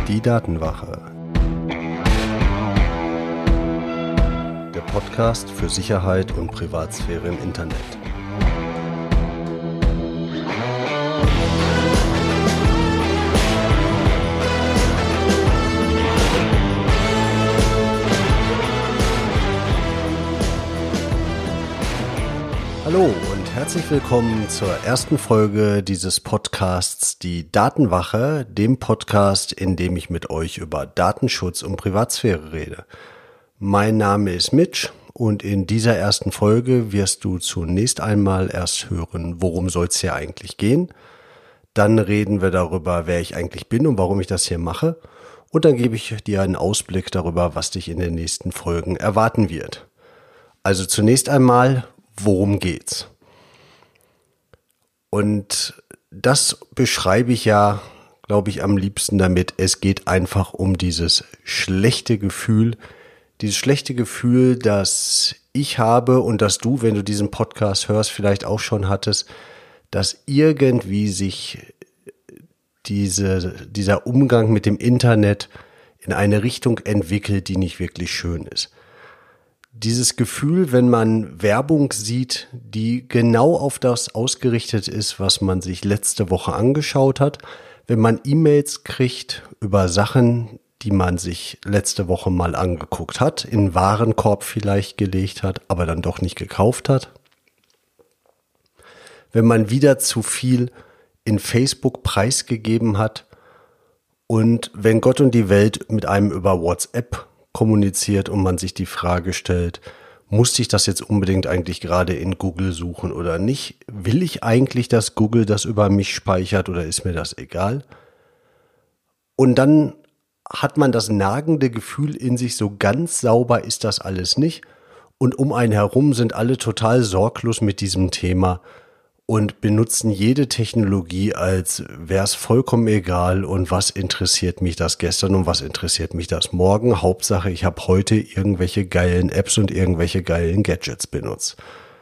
Die Datenwache. Der Podcast für Sicherheit und Privatsphäre im Internet. Hallo und herzlich willkommen zur ersten Folge dieses Podcasts Die Datenwache, dem Podcast, in dem ich mit euch über Datenschutz und Privatsphäre rede. Mein Name ist Mitch und in dieser ersten Folge wirst du zunächst einmal erst hören, worum soll es hier eigentlich gehen. Dann reden wir darüber, wer ich eigentlich bin und warum ich das hier mache. Und dann gebe ich dir einen Ausblick darüber, was dich in den nächsten Folgen erwarten wird. Also zunächst einmal, worum geht's? Und das beschreibe ich ja, glaube ich, am liebsten damit, es geht einfach um dieses schlechte Gefühl, das ich habe und das du, wenn du diesen Podcast hörst, vielleicht auch schon hattest, dass irgendwie sich dieser Umgang mit dem Internet in eine Richtung entwickelt, die nicht wirklich schön ist. Dieses Gefühl, wenn man Werbung sieht, die genau auf das ausgerichtet ist, was man sich letzte Woche angeschaut hat, wenn man E-Mails kriegt über Sachen, die man sich letzte Woche mal angeguckt hat, in den Warenkorb vielleicht gelegt hat, aber dann doch nicht gekauft hat, wenn man wieder zu viel in Facebook preisgegeben hat und wenn Gott und die Welt mit einem über WhatsApp kommuniziert und man sich die Frage stellt, muss ich das jetzt unbedingt eigentlich gerade in Google suchen oder nicht? Will ich eigentlich, dass Google das über mich speichert oder ist mir das egal? Und dann hat man das nagende Gefühl in sich, so ganz sauber ist das alles nicht. Und um einen herum sind alle total sorglos mit diesem Thema und benutzen jede Technologie, als wäre es vollkommen egal und was interessiert mich das gestern und was interessiert mich das morgen. Hauptsache, ich habe heute irgendwelche geilen Apps und irgendwelche geilen Gadgets benutzt.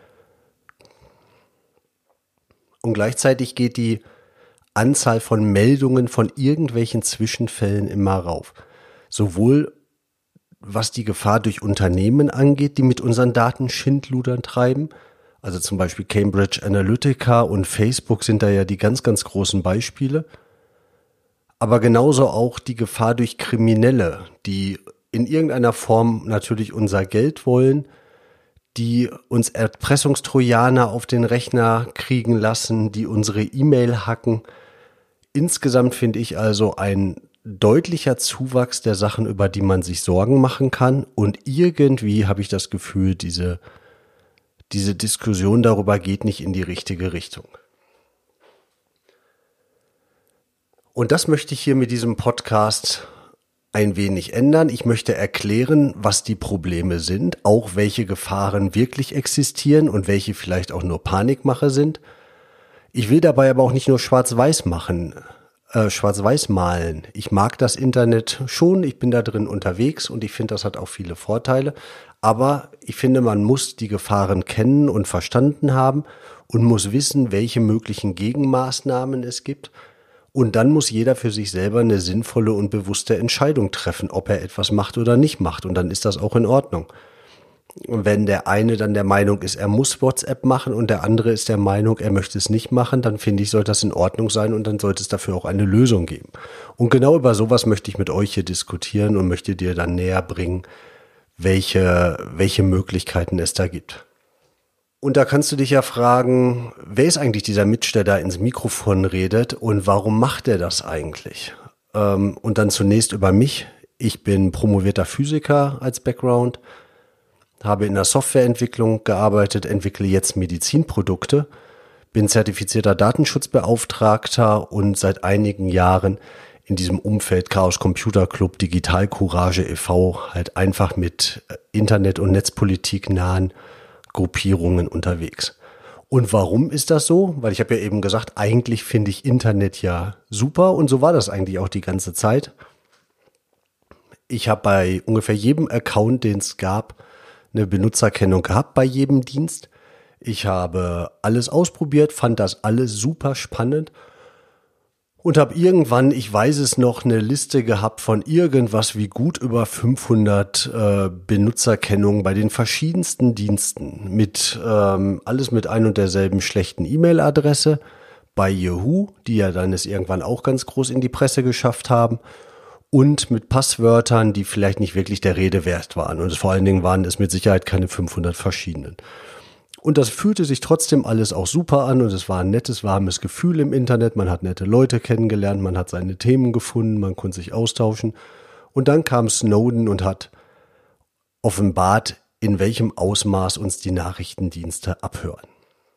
Und gleichzeitig geht die Anzahl von Meldungen von irgendwelchen Zwischenfällen immer rauf. Sowohl was die Gefahr durch Unternehmen angeht, die mit unseren Daten Schindludern treiben, also zum Beispiel Cambridge Analytica und Facebook sind da ja die ganz, ganz großen Beispiele. Aber genauso auch die Gefahr durch Kriminelle, die in irgendeiner Form natürlich unser Geld wollen, die uns Erpressungstrojaner auf den Rechner kriegen lassen, die unsere E-Mail hacken. Insgesamt finde ich also ein deutlicher Zuwachs der Sachen, über die man sich Sorgen machen kann. Und irgendwie habe ich das Gefühl, diese Diskussion darüber geht nicht in die richtige Richtung. Und das möchte ich hier mit diesem Podcast ein wenig ändern. Ich möchte erklären, was die Probleme sind, auch welche Gefahren wirklich existieren und welche vielleicht auch nur Panikmache sind. Ich will dabei aber auch nicht nur schwarz-weiß malen. Ich mag das Internet schon, ich bin da drin unterwegs und ich finde, das hat auch viele Vorteile. Aber ich finde, man muss die Gefahren kennen und verstanden haben und muss wissen, welche möglichen Gegenmaßnahmen es gibt. Und dann muss jeder für sich selber eine sinnvolle und bewusste Entscheidung treffen, ob er etwas macht oder nicht macht. Und dann ist das auch in Ordnung. Und wenn der eine dann der Meinung ist, er muss WhatsApp machen und der andere ist der Meinung, er möchte es nicht machen, dann finde ich, sollte das in Ordnung sein und dann sollte es dafür auch eine Lösung geben. Und genau über sowas möchte ich mit euch hier diskutieren und möchte dir dann näher bringen, welche Möglichkeiten es da gibt. Und da kannst du dich ja fragen, wer ist eigentlich dieser Mitch, der da ins Mikrofon redet und warum macht er das eigentlich? Und dann zunächst über mich. Ich bin promovierter Physiker als Background, habe in der Softwareentwicklung gearbeitet, entwickle jetzt Medizinprodukte, bin zertifizierter Datenschutzbeauftragter und seit einigen Jahren in diesem Umfeld Chaos Computer Club, Digital Courage e.V. halt einfach mit Internet- und Netzpolitik nahen Gruppierungen unterwegs. Und warum ist das so? Weil ich habe ja eben gesagt, eigentlich finde ich Internet ja super und so war das eigentlich auch die ganze Zeit. Ich habe bei ungefähr jedem Account, den es gab, eine Benutzerkennung gehabt bei jedem Dienst. Ich habe alles ausprobiert, fand das alles super spannend. Und habe irgendwann, ich weiß es noch, eine Liste gehabt von irgendwas wie gut über 500 Benutzerkennungen bei den verschiedensten Diensten mit alles mit ein und derselben schlechten E-Mail-Adresse bei Yahoo, die ja dann es irgendwann auch ganz groß in die Presse geschafft haben, und mit Passwörtern, die vielleicht nicht wirklich der Rede wert waren. Und vor allen Dingen waren es mit Sicherheit keine 500 verschiedenen. Und das fühlte sich trotzdem alles auch super an und es war ein nettes, warmes Gefühl im Internet. Man hat nette Leute kennengelernt, man hat seine Themen gefunden, man konnte sich austauschen. Und dann kam Snowden und hat offenbart, in welchem Ausmaß uns die Nachrichtendienste abhören.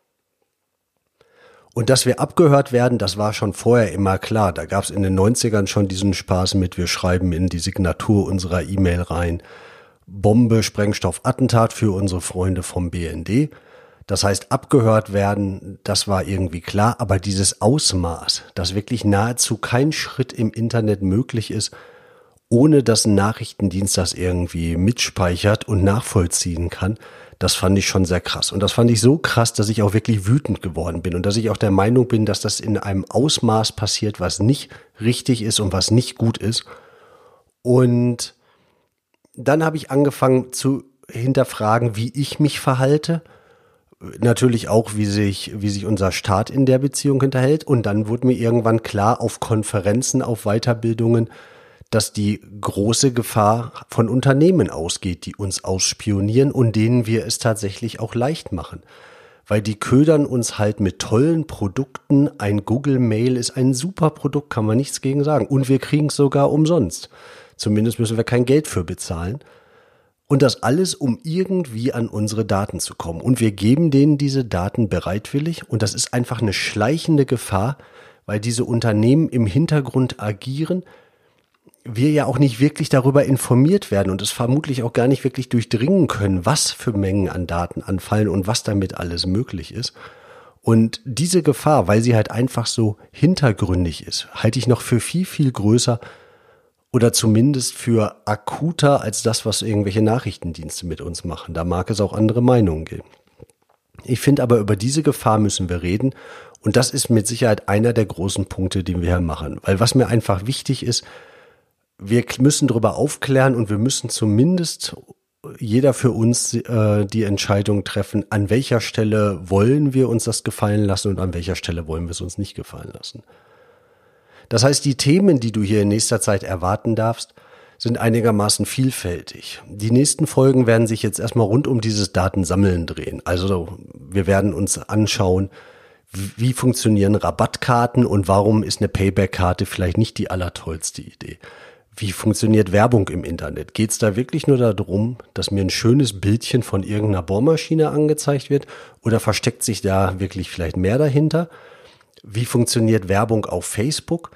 Und dass wir abgehört werden, das war schon vorher immer klar. Da gab es in den 90ern schon diesen Spaß mit, wir schreiben in die Signatur unserer E-Mail rein, Bombe, Sprengstoff, Attentat für unsere Freunde vom BND. Das heißt, abgehört werden, das war irgendwie klar, aber dieses Ausmaß, dass wirklich nahezu kein Schritt im Internet möglich ist, ohne dass ein Nachrichtendienst das irgendwie mitspeichert und nachvollziehen kann, das fand ich schon sehr krass. Und das fand ich so krass, dass ich auch wirklich wütend geworden bin und dass ich auch der Meinung bin, dass das in einem Ausmaß passiert, was nicht richtig ist und was nicht gut ist. Und dann habe ich angefangen zu hinterfragen, wie ich mich verhalte. Natürlich auch, wie sich unser Staat in der Beziehung hinterhält. Und dann wurde mir irgendwann klar auf Konferenzen, auf Weiterbildungen, dass die große Gefahr von Unternehmen ausgeht, die uns ausspionieren und denen wir es tatsächlich auch leicht machen. Weil die ködern uns halt mit tollen Produkten. Ein Google Mail ist ein super Produkt, kann man nichts gegen sagen. Und wir kriegen es sogar umsonst. Zumindest müssen wir kein Geld für bezahlen. Und das alles, um irgendwie an unsere Daten zu kommen. Und wir geben denen diese Daten bereitwillig. Und das ist einfach eine schleichende Gefahr, weil diese Unternehmen im Hintergrund agieren, wir ja auch nicht wirklich darüber informiert werden und es vermutlich auch gar nicht wirklich durchdringen können, was für Mengen an Daten anfallen und was damit alles möglich ist. Und diese Gefahr, weil sie halt einfach so hintergründig ist, halte ich noch für viel, viel größer oder zumindest für akuter als das, was irgendwelche Nachrichtendienste mit uns machen. Da mag es auch andere Meinungen geben. Ich finde aber, über diese Gefahr müssen wir reden und das ist mit Sicherheit einer der großen Punkte, den wir hier machen. Weil was mir einfach wichtig ist, wir müssen darüber aufklären und wir müssen zumindest jeder für uns die Entscheidung treffen, an welcher Stelle wollen wir uns das gefallen lassen und an welcher Stelle wollen wir es uns nicht gefallen lassen. Das heißt, die Themen, die du hier in nächster Zeit erwarten darfst, sind einigermaßen vielfältig. Die nächsten Folgen werden sich jetzt erstmal rund um dieses Datensammeln drehen. Also wir werden uns anschauen, wie funktionieren Rabattkarten und warum ist eine Payback-Karte vielleicht nicht die allertollste Idee. Wie funktioniert Werbung im Internet? Geht es da wirklich nur darum, dass mir ein schönes Bildchen von irgendeiner Bohrmaschine angezeigt wird oder versteckt sich da wirklich vielleicht mehr dahinter? Wie funktioniert Werbung auf Facebook?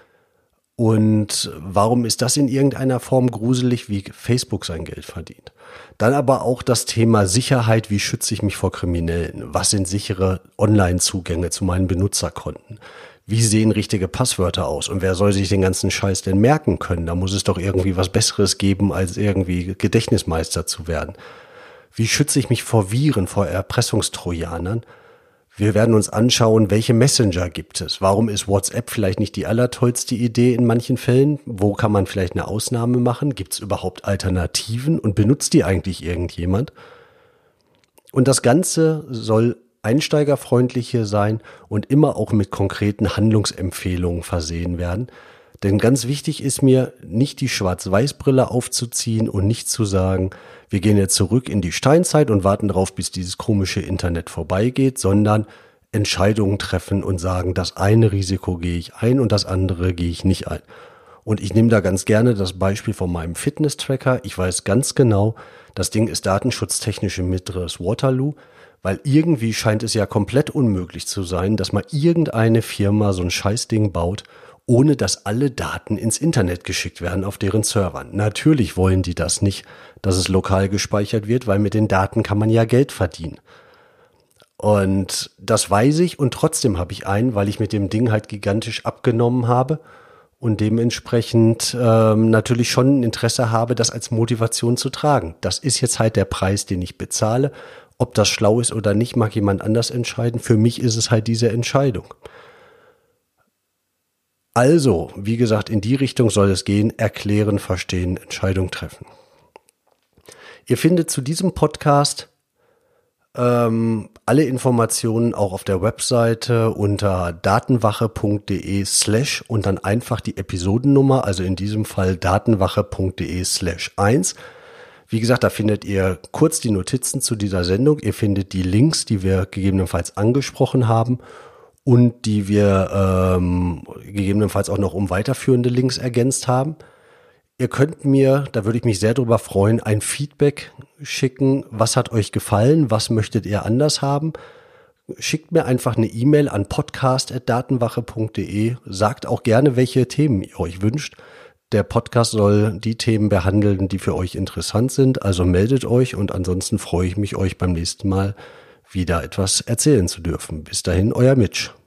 Und warum ist das in irgendeiner Form gruselig, wie Facebook sein Geld verdient? Dann aber auch das Thema Sicherheit, wie schütze ich mich vor Kriminellen? Was sind sichere Online-Zugänge zu meinen Benutzerkonten? Wie sehen richtige Passwörter aus? Und wer soll sich den ganzen Scheiß denn merken können? Da muss es doch irgendwie was Besseres geben, als irgendwie Gedächtnismeister zu werden. Wie schütze ich mich vor Viren, vor Erpressungstrojanern? Wir werden uns anschauen, welche Messenger gibt es? Warum ist WhatsApp vielleicht nicht die allertollste Idee in manchen Fällen? Wo kann man vielleicht eine Ausnahme machen? Gibt es überhaupt Alternativen und benutzt die eigentlich irgendjemand? Und das Ganze soll einsteigerfreundliche sein und immer auch mit konkreten Handlungsempfehlungen versehen werden. Denn ganz wichtig ist mir, nicht die Schwarz-Weiß-Brille aufzuziehen und nicht zu sagen, wir gehen jetzt zurück in die Steinzeit und warten darauf, bis dieses komische Internet vorbeigeht, sondern Entscheidungen treffen und sagen, das eine Risiko gehe ich ein und das andere gehe ich nicht ein. Und ich nehme da ganz gerne das Beispiel von meinem Fitness-Tracker. Ich weiß ganz genau, das Ding ist datenschutztechnisch im mittleres Waterloo, weil irgendwie scheint es ja komplett unmöglich zu sein, dass mal irgendeine Firma so ein Scheißding baut, ohne dass alle Daten ins Internet geschickt werden auf deren Servern. Natürlich wollen die das nicht, dass es lokal gespeichert wird, weil mit den Daten kann man ja Geld verdienen. Und das weiß ich und trotzdem habe ich einen, weil ich mit dem Ding halt gigantisch abgenommen habe und dementsprechend natürlich schon ein Interesse habe, das als Motivation zu tragen. Das ist jetzt halt der Preis, den ich bezahle. Ob das schlau ist oder nicht, mag jemand anders entscheiden. Für mich ist es halt diese Entscheidung. Also, wie gesagt, in die Richtung soll es gehen. Erklären, verstehen, Entscheidung treffen. Ihr findet zu diesem Podcast alle Informationen auch auf der Webseite unter datenwache.de/ und dann einfach die Episodennummer, also in diesem Fall datenwache.de/1. Wie gesagt, da findet ihr kurz die Notizen zu dieser Sendung. Ihr findet die Links, die wir gegebenenfalls angesprochen haben und die wir gegebenenfalls auch noch um weiterführende Links ergänzt haben. Ihr könnt mir, da würde ich mich sehr drüber freuen, ein Feedback schicken. Was hat euch gefallen? Was möchtet ihr anders haben? Schickt mir einfach eine E-Mail an podcast@datenwache.de. Sagt auch gerne, welche Themen ihr euch wünscht. Der Podcast soll die Themen behandeln, die für euch interessant sind. Also meldet euch und ansonsten freue ich mich, euch beim nächsten Mal wieder etwas erzählen zu dürfen. Bis dahin, euer Mitch.